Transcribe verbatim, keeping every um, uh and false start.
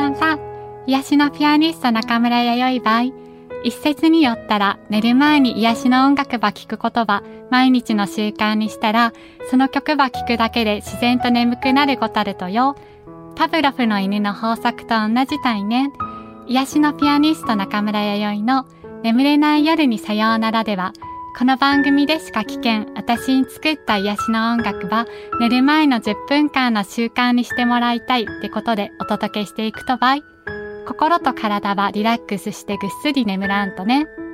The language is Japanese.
さんさ、癒しのピアニスト中村弥生ばい。一説によったら、寝る前に癒しの音楽ば聴くことば、毎日の習慣にしたら、その曲ば聴くだけで自然と眠くなるごたるとよ。パブロフの犬の法則と同じたいね。癒しのピアニスト中村弥生の眠れない夜にさようならでは、この番組でしか聞けん私に作った癒しの音楽は寝る前のじゅっぷんかんの習慣にしてもらいたいってことでお届けしていくとばい。心と体はリラックスしてぐっすり眠らんとね。